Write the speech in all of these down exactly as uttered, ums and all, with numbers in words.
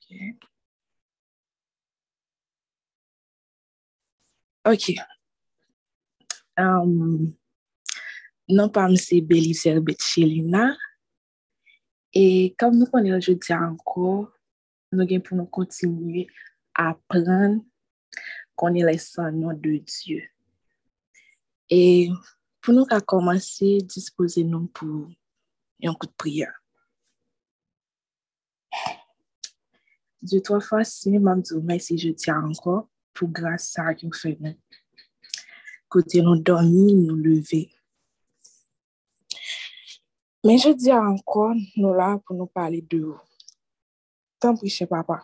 Ok. Ok. Um, non pas M. Belisaire Betchelina. Et comme nous connaissons aujourd'hui encore, nous avons pour nous continuer à apprendre qu'on est les sons de Dieu. Et pour nous à commencer, disposez-nous pour un coup de prière. Dieu, trois fois, si, je merci, je tiens encore pour grâce à vous fait. Côté nous dormir, nous lever. Mais je dis encore, nous là pour nous parler de vous. Tant pis, chez papa.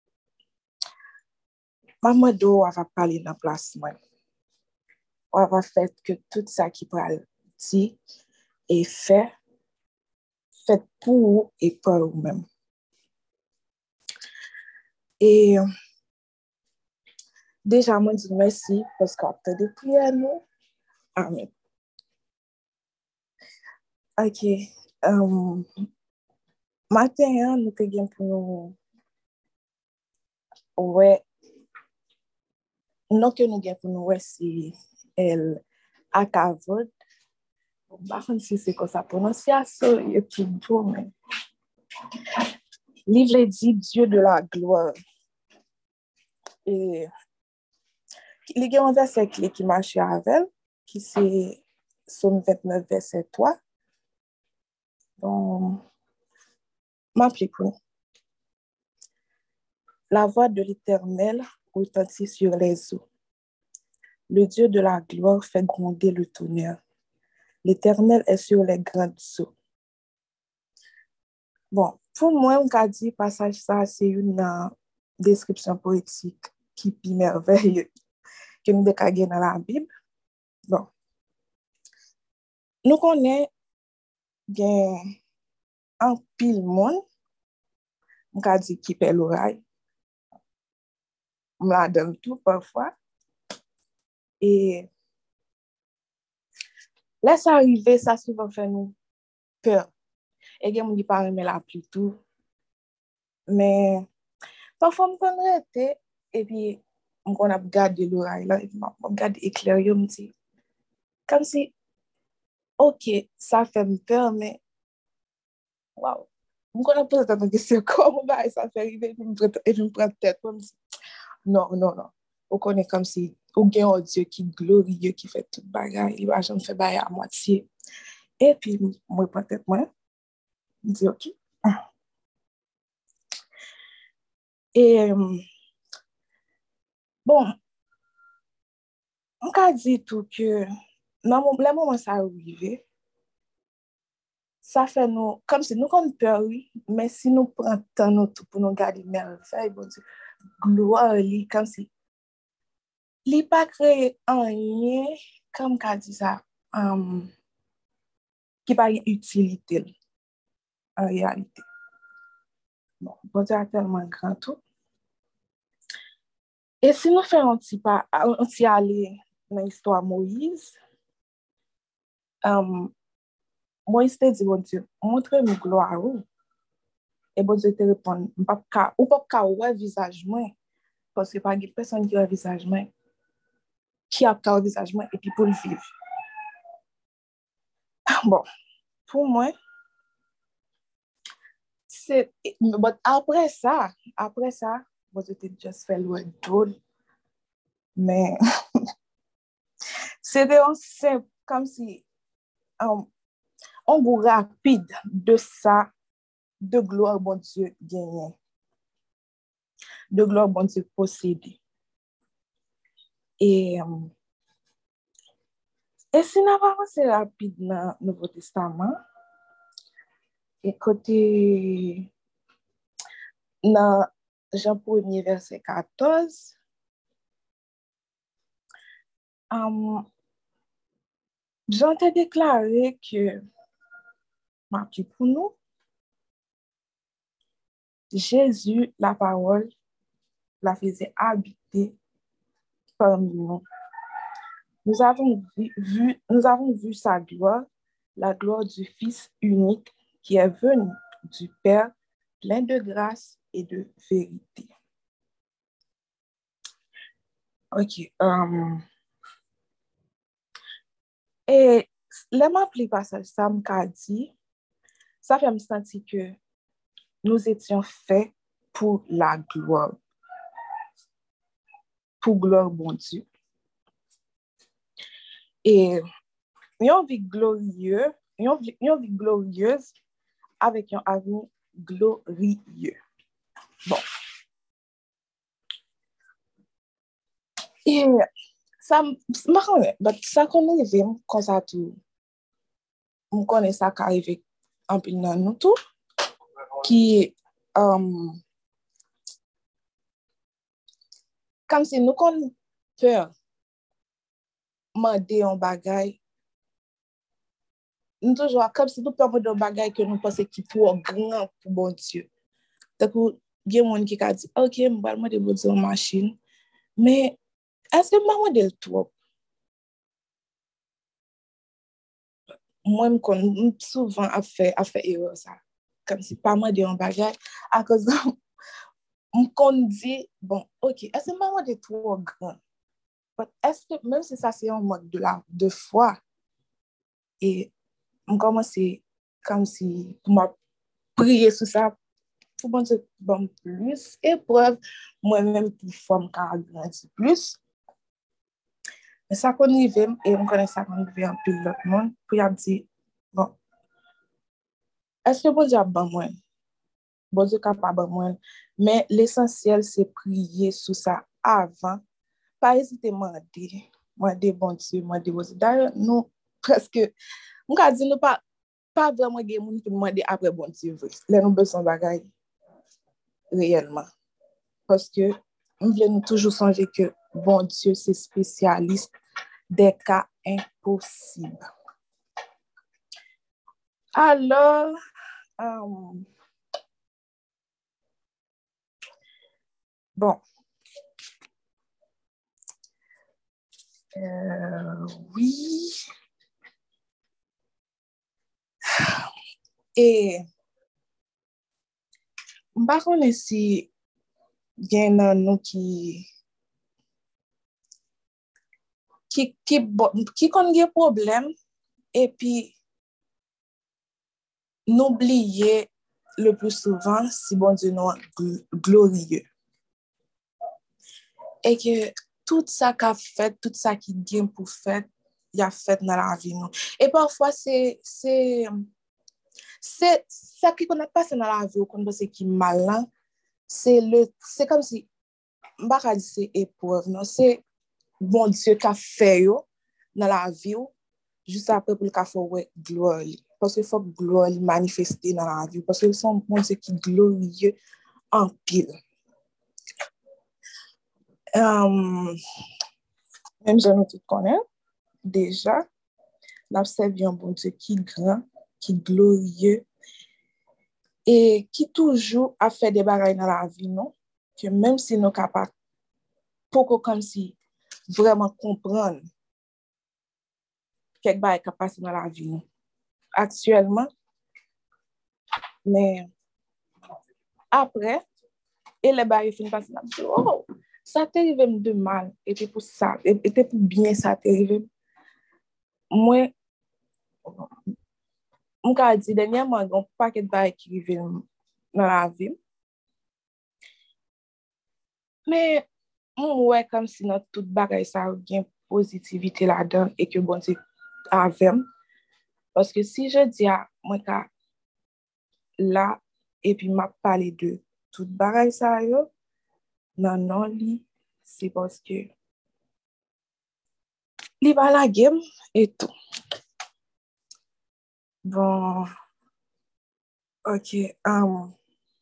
Maman d'eau va parler dans la place. On va faire que tout ça qui parle dit et fait, fait pour vous et pour vous-même. Et déjà, moi, je dis merci parce qu'on a des prières, nous. Amen. Ok. Um, matin, nous avons pour nous. Ouais. Non que nous avons pour nous, ouais, si elle a cavode. Par contre, si c'est comme ça, prononciation, et puis tout, mais. Livre dit Dieu de la gloire. Et il y a un verset clé qui marche avec, qui c'est Somme vingt-neuf, verset trois. Donc, m'applique pour nous. La voix de l'Éternel retentit sur les eaux. Le Dieu de la gloire fait gronder le tonnerre. L'Éternel est sur les grandes eaux. Bon, pour moi, on a dit passage ça, c'est une uh, description poétique qui est merveilleuse que nous avons dans la Bible. Bon, nous connaissons un pile monde, on a dit qui paie l'oreille. On la donne tout parfois. Et laisse arriver, ça souvent fait nous peur. Et il n'y a pas de la pluie tout. Mais parfois, on peut arrêter et puis on a gardé l'oreille là, et puis on garde éclair, je me dis, comme si, ok, ça fait peur, mais waouh, on a posé cette question, comment ça fait arriver, et puis me prend tête, comme si, non, non, non. On connaît comme si, on a un Dieu qui est glorieux, qui fait tout bagage, il va jamais faire bagage à moitié. Et puis, moi, peut-être, moi, je dis, ok. Et, euh, bon, on a dit tout que, dans le moment où ça arrive, ça fait nous, comme si nous avons peur, oui, mais si nous prenons temps nous tout pour nous garder merveille, bon Dieu, gloire, li, comme si, il n'a pas créé un lien, comme on dit ça, um, qui n'a pas d'utilité en réalité. Bon, bon Dieu a tellement grand tout. Et si nous faisons un petit pas, un petit aller dans l'histoire de Moïse, um, Moïse te dit, bon Dieu, montre-moi gloire. Et bon Dieu te répond, ou pas qu'à ouais visage moi, parce que pas de personne qui a visage moi, qui a qu'à visage moi, et puis pour le vivre. Bon, pour moi, c'est, but après ça, après ça, bon Dieu te juste fait le drôle, mais c'était un simple, comme si, um, un goût rapide de ça, de gloire, bon Dieu, gagné. De gloire, bon Dieu, possédé. Et, um, et si nous avancé rapide dans le Nouveau Testament, et côté, dans Jean premier, verset quatorze, um, Jean t'a déclaré que, pour nous, Jésus, la parole, la faisait habiter parmi nous. Nous avons vu, vu, nous avons vu sa gloire, la gloire du Fils unique qui est venu du Père plein de grâce et de vérité. Ok. Um, et le m'appli passage, ça m'a dit, ça fait me sentir que nous étions faits pour la gloire, pour gloire bon Dieu. Et une vie glorieuse, une vie, une vie glorieuse avec un avenir glorieux. Bon. Et ça m'a connaît, ça connaît comme ça tout. On connaît ça qui arrive en pile dans nous tout, qui um, comme si nous qu'on peur demander un bagage, nous toujours comme si nous peur demander un bagage que nous pensons qui trop grand pour bon Dieu. Donc il y a des gens qui a dit OK, je vais demander bon Dieu une machine, mais est-ce que je vais demander trop? Moi, je souvent à faire à faire erreur ça. Comme si pas demander un bagage à cause de on dit, bon, ok, est-ce que maman est trop grand? Est-ce que, même si ça c'est un mode de, la, de foi, et on commence comme si, pour m'a prier sur ça, pour bon Dieu, bon plus épreuve, moi-même pour forme car grandir plus. Mais ça qu'on y vient, et on connaît ça qu'on y vient en plus l'autre monde, pour y dire, bon, est-ce que bon Dieu a bon moi? Bon Dieu capable moi, mais l'essentiel c'est prier sur ça avant. Pas hésiter à demander, demander bon Dieu, demander bon Dieu. D'ailleurs, nous, presque, on va dire, nous pas, pas vraiment des gens qui demandent après bon Dieu. Là, nous besoin de bagaille réellement. Parce que nous voulons toujours songer que bon Dieu, c'est spécialiste des cas impossibles. Alors, um, bon. Euh, oui. Et par contre, si il y en a nous qui qui qui qui connaît des problèmes et puis n'oubliez le plus souvent si bon Dieu nous gl- glorieux et que tout ça qu'a fait, tout ça qui vient pour faire, il a fait dans la vie nous. Et parfois c'est c'est c'est ça qui qu'on a passé dans la vie qu'on pense qui malin, c'est le c'est comme si m'pa ka di c'est épreuve non, c'est bon Dieu qui a fait yo dans la vie juste après pour le faire ouais gloire parce qu'il faut gloire manifester dans la vie parce que son bon Dieu qui glorieux en pile. Um, même je nous tout connaît déjà, nous observons un bon Dieu qui grand, qui glorieux et qui toujours a fait des bagailles dans la vie, non? Que même si nous capables, pour comme si vraiment comprendre quelque chose qui passe dans la vie, non? Actuellement, mais après, et les bagailles finissent par se dire, oh, ça t'arrive de mal, et puis pour ça, et puis pour bien ça t'arrive. Moi, on a dit dernièrement, on pas que de bagailles qui arrivent dans la vie. Mais, on ouais comme si notre toute bagaille ça a bien positivité là-dedans et que bon Dieu avec. Parce que si je dis à moi là, et puis m'a parlé de toute bagaille ça yo, non, non, li, c'est parce que li va la game et tout. Bon, ok. Um,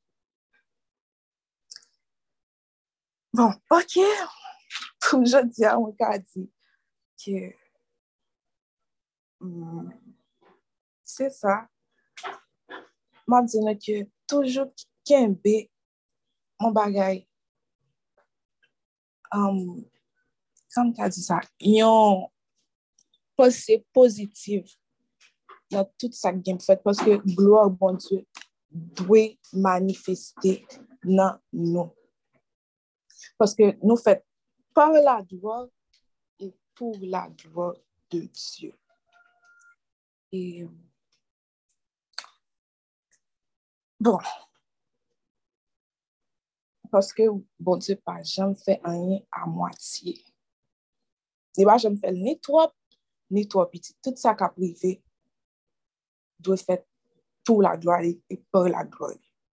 bon, ok. Pour je dis à mon cas dit que um, c'est ça. M'a dit que toujours kembe mon bagay um, comme tu as dit ça, yon pensée positive dans tout ça qui est fait parce que gloire bon Dieu doit manifester dans nous. Parce que nous faisons par la gloire et pour la gloire de Dieu. Et bon, parce que bon Dieu pas jamais fait rien à moitié. Il va jamais faire ni trop ni trop petit. Tout ça qui a privé doit faire pour la gloire et pour la gloire.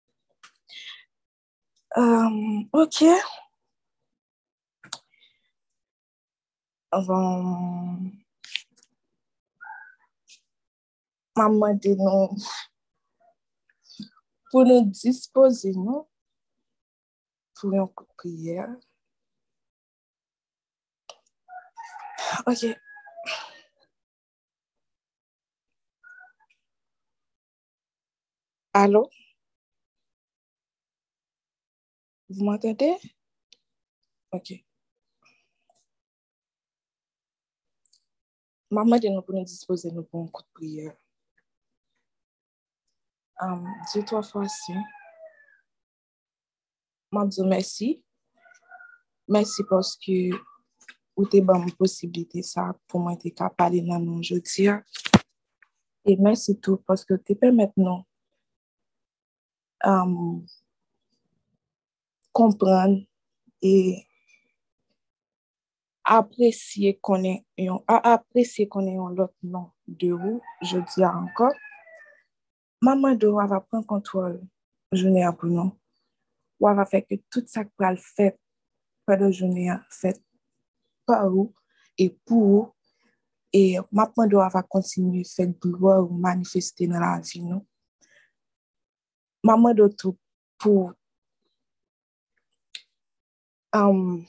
Um, ok. Avant, maman de nous pour nous disposer nous pour une prière. Ok. Allô? Vous m'entendez? Ok. Maman de nous pour nous disposer nous pour un coup de prière. Um, Dieu toi fois si. Je dis merci. Merci parce que vous avez donné une possibilité ça pour moi de parler dans nous aujourd'hui. Et merci tout parce que tu permets nous um, comprendre et apprécier qu'on est apprécier qu'on est un autre nom de vous. Je dis encore. Maman de va prendre contrôle journée pour nous. Ou va faire que tout ça que le fait pendant la journée fait par vous et pour vous. Et maman de va continuer faire gloire ou manifester dans la vie nous. Maman de tout pour um,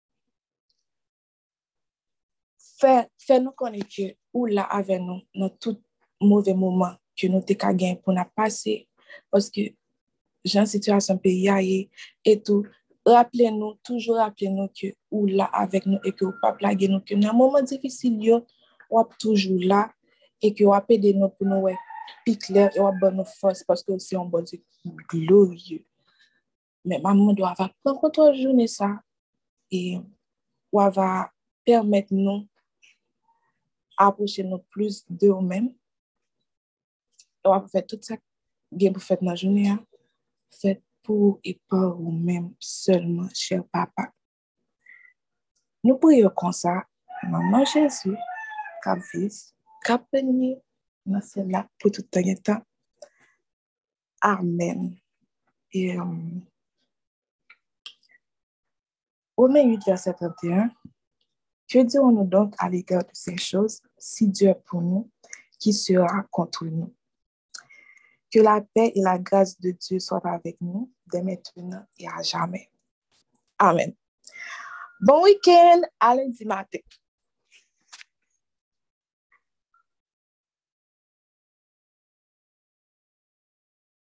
faire faire nous connaître que ou là avec nous dans tout mauvais moment que nous t'ai gagné pour nous passer parce que j'ai une situation pays et tout. Rappelez-nous, toujours rappelez-nous que ou là avec nous et que vous pas plaguer nous, que dans un moment difficile, vous êtes toujours là et que vous aidez nous pour nous ouais, plus clair et vous avez nos forces parce que c'est un bon Dieu glorieux. Mais maman doit avoir prendre contrôle de journée ça et vous va permettre nous approcher nous plus de nous-mêmes. Et on va faire tout ça que vous faites dans la journée. Faites pour et par vous-même seulement, cher papa. Nous prions comme ça, maman Jésus, cap vise, cap béni, dans celle-là pour tout le temps. Amen. Et um, Romains huit, verset trente et un, que dirons-nous donc à l'égard de ces choses, si Dieu est pour nous, qui sera contre nous? Que la paix et la grâce de Dieu soient avec nous, dès maintenant et à jamais. Amen. Bon week-end, à lundi matin.